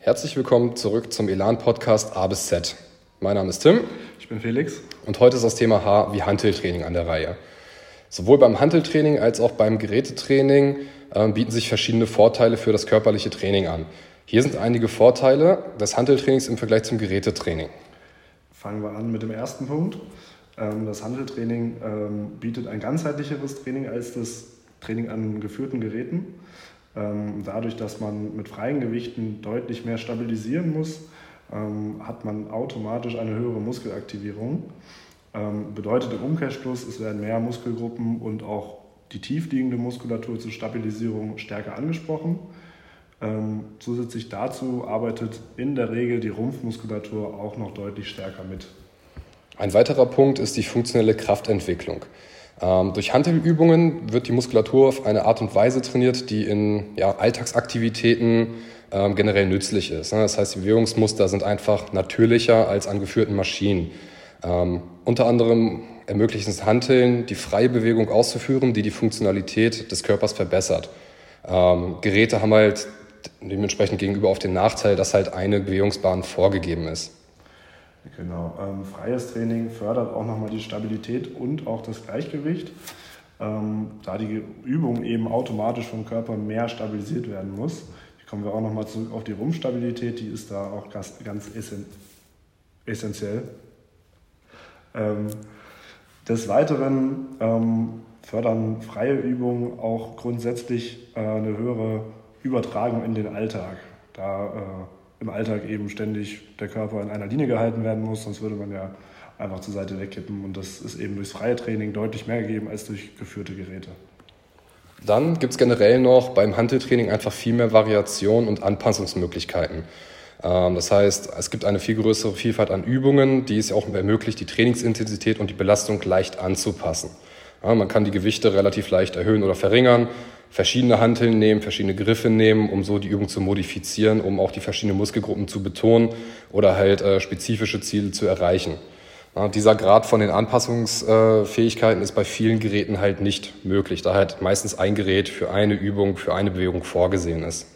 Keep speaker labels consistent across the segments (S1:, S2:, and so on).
S1: Herzlich willkommen zurück zum Elan-Podcast A bis Z. Mein Name ist Tim.
S2: Ich bin Felix.
S1: Und heute ist das Thema H wie Hanteltraining an der Reihe. Sowohl beim Hanteltraining als auch beim Gerätetraining bieten sich verschiedene Vorteile für das körperliche Training an. Hier sind einige Vorteile des Hanteltrainings im Vergleich zum Gerätetraining.
S2: Fangen wir an mit dem ersten Punkt. Das Hanteltraining bietet ein ganzheitlicheres Training als das Training an geführten Geräten. Dadurch, dass man mit freien Gewichten deutlich mehr stabilisieren muss, hat man automatisch eine höhere Muskelaktivierung. Bedeutet im Umkehrschluss, es werden mehr Muskelgruppen und auch die tiefliegende Muskulatur zur Stabilisierung stärker angesprochen. Zusätzlich dazu arbeitet in der Regel die Rumpfmuskulatur auch noch deutlich stärker mit.
S1: Ein weiterer Punkt ist die funktionelle Kraftentwicklung. Durch Hantelübungen wird die Muskulatur auf eine Art und Weise trainiert, die in Alltagsaktivitäten generell nützlich ist. Das heißt, die Bewegungsmuster sind einfach natürlicher als an geführten Maschinen. Unter anderem ermöglichen es Hanteln, die freie Bewegung auszuführen, die Funktionalität des Körpers verbessert. Geräte haben halt dementsprechend gegenüber auf den Nachteil, dass halt eine Bewegungsbahn vorgegeben ist.
S2: Genau, freies Training fördert auch nochmal die Stabilität und auch das Gleichgewicht, da die Übung eben automatisch vom Körper mehr stabilisiert werden muss. Hier kommen wir auch nochmal zurück auf die Rumpfstabilität, die ist da auch ganz essentiell. Des Weiteren fördern freie Übungen auch grundsätzlich eine höhere Übertragung in den Alltag, da im Alltag eben ständig der Körper in einer Linie gehalten werden muss, sonst würde man ja einfach zur Seite wegkippen. Und das ist eben durchs freie Training deutlich mehr gegeben als durch geführte Geräte.
S1: Dann gibt es generell noch beim Hanteltraining einfach viel mehr Variation und Anpassungsmöglichkeiten. Das heißt, es gibt eine viel größere Vielfalt an Übungen, die es auch ermöglicht, die Trainingsintensität und die Belastung leicht anzupassen. Man kann die Gewichte relativ leicht erhöhen oder verringern, verschiedene Hanteln nehmen, verschiedene Griffe nehmen, um so die Übung zu modifizieren, um auch die verschiedenen Muskelgruppen zu betonen oder halt spezifische Ziele zu erreichen. Dieser Grad von den Anpassungsfähigkeiten ist bei vielen Geräten halt nicht möglich, da halt meistens ein Gerät für eine Übung, für eine Bewegung vorgesehen ist.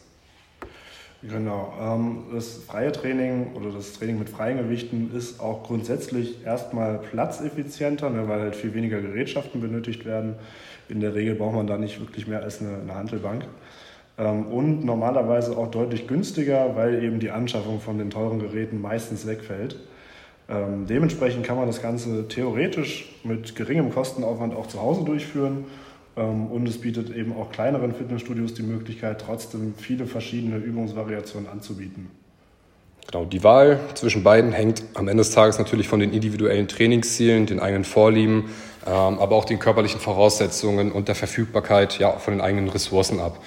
S2: Genau, das freie Training oder das Training mit freien Gewichten ist auch grundsätzlich erstmal platzeffizienter, weil halt viel weniger Gerätschaften benötigt werden. In der Regel braucht man da nicht wirklich mehr als eine Hantelbank. Und normalerweise auch deutlich günstiger, weil eben die Anschaffung von den teuren Geräten meistens wegfällt. Dementsprechend kann man das Ganze theoretisch mit geringem Kostenaufwand auch zu Hause durchführen. Und es bietet eben auch kleineren Fitnessstudios die Möglichkeit, trotzdem viele verschiedene Übungsvariationen anzubieten.
S1: Genau, die Wahl zwischen beiden hängt am Ende des Tages natürlich von den individuellen Trainingszielen, den eigenen Vorlieben, aber auch den körperlichen Voraussetzungen und der Verfügbarkeit von den eigenen Ressourcen ab.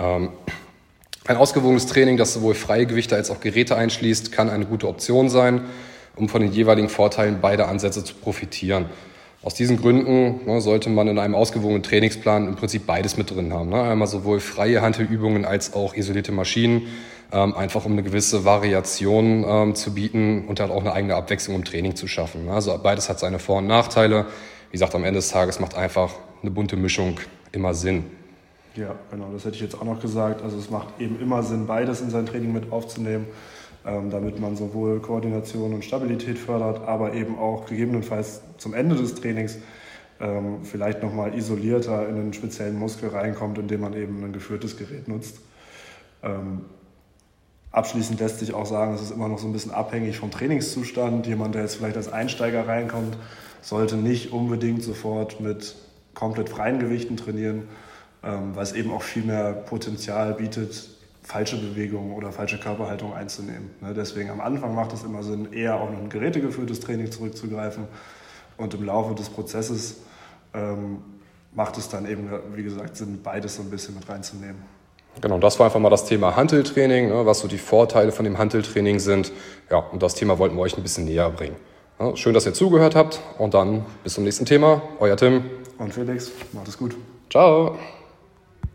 S1: Ein ausgewogenes Training, das sowohl freie Gewichte als auch Geräte einschließt, kann eine gute Option sein, um von den jeweiligen Vorteilen beider Ansätze zu profitieren. Aus diesen Gründen sollte man in einem ausgewogenen Trainingsplan im Prinzip beides mit drin haben. Einmal sowohl freie Hantelübungen als auch isolierte Maschinen, einfach um eine gewisse Variation zu bieten und halt auch eine eigene Abwechslung im Training zu schaffen. Also beides hat seine Vor- und Nachteile. Wie gesagt, am Ende des Tages macht einfach eine bunte Mischung immer Sinn.
S2: Ja, genau, das hätte ich jetzt auch noch gesagt. Also es macht eben immer Sinn, beides in sein Training mit aufzunehmen, damit man sowohl Koordination und Stabilität fördert, aber eben auch gegebenenfalls zum Ende des Trainings vielleicht nochmal isolierter in einen speziellen Muskel reinkommt, indem man eben ein geführtes Gerät nutzt. Abschließend lässt sich auch sagen, es ist immer noch so ein bisschen abhängig vom Trainingszustand. Jemand, der jetzt vielleicht als Einsteiger reinkommt, sollte nicht unbedingt sofort mit komplett freien Gewichten trainieren, weil es eben auch viel mehr Potenzial bietet, falsche Bewegungen oder falsche Körperhaltung einzunehmen. Deswegen am Anfang macht es immer Sinn, eher auf ein gerätegeführtes Training zurückzugreifen. Und im Laufe des Prozesses macht es dann eben, wie gesagt, Sinn, beides so ein bisschen mit reinzunehmen.
S1: Genau, das war einfach mal das Thema Hanteltraining, was so die Vorteile von dem Hanteltraining sind. Ja, und das Thema wollten wir euch ein bisschen näher bringen. Schön, dass ihr zugehört habt und dann bis zum nächsten Thema. Euer Tim
S2: und Felix, macht es gut.
S1: Ciao.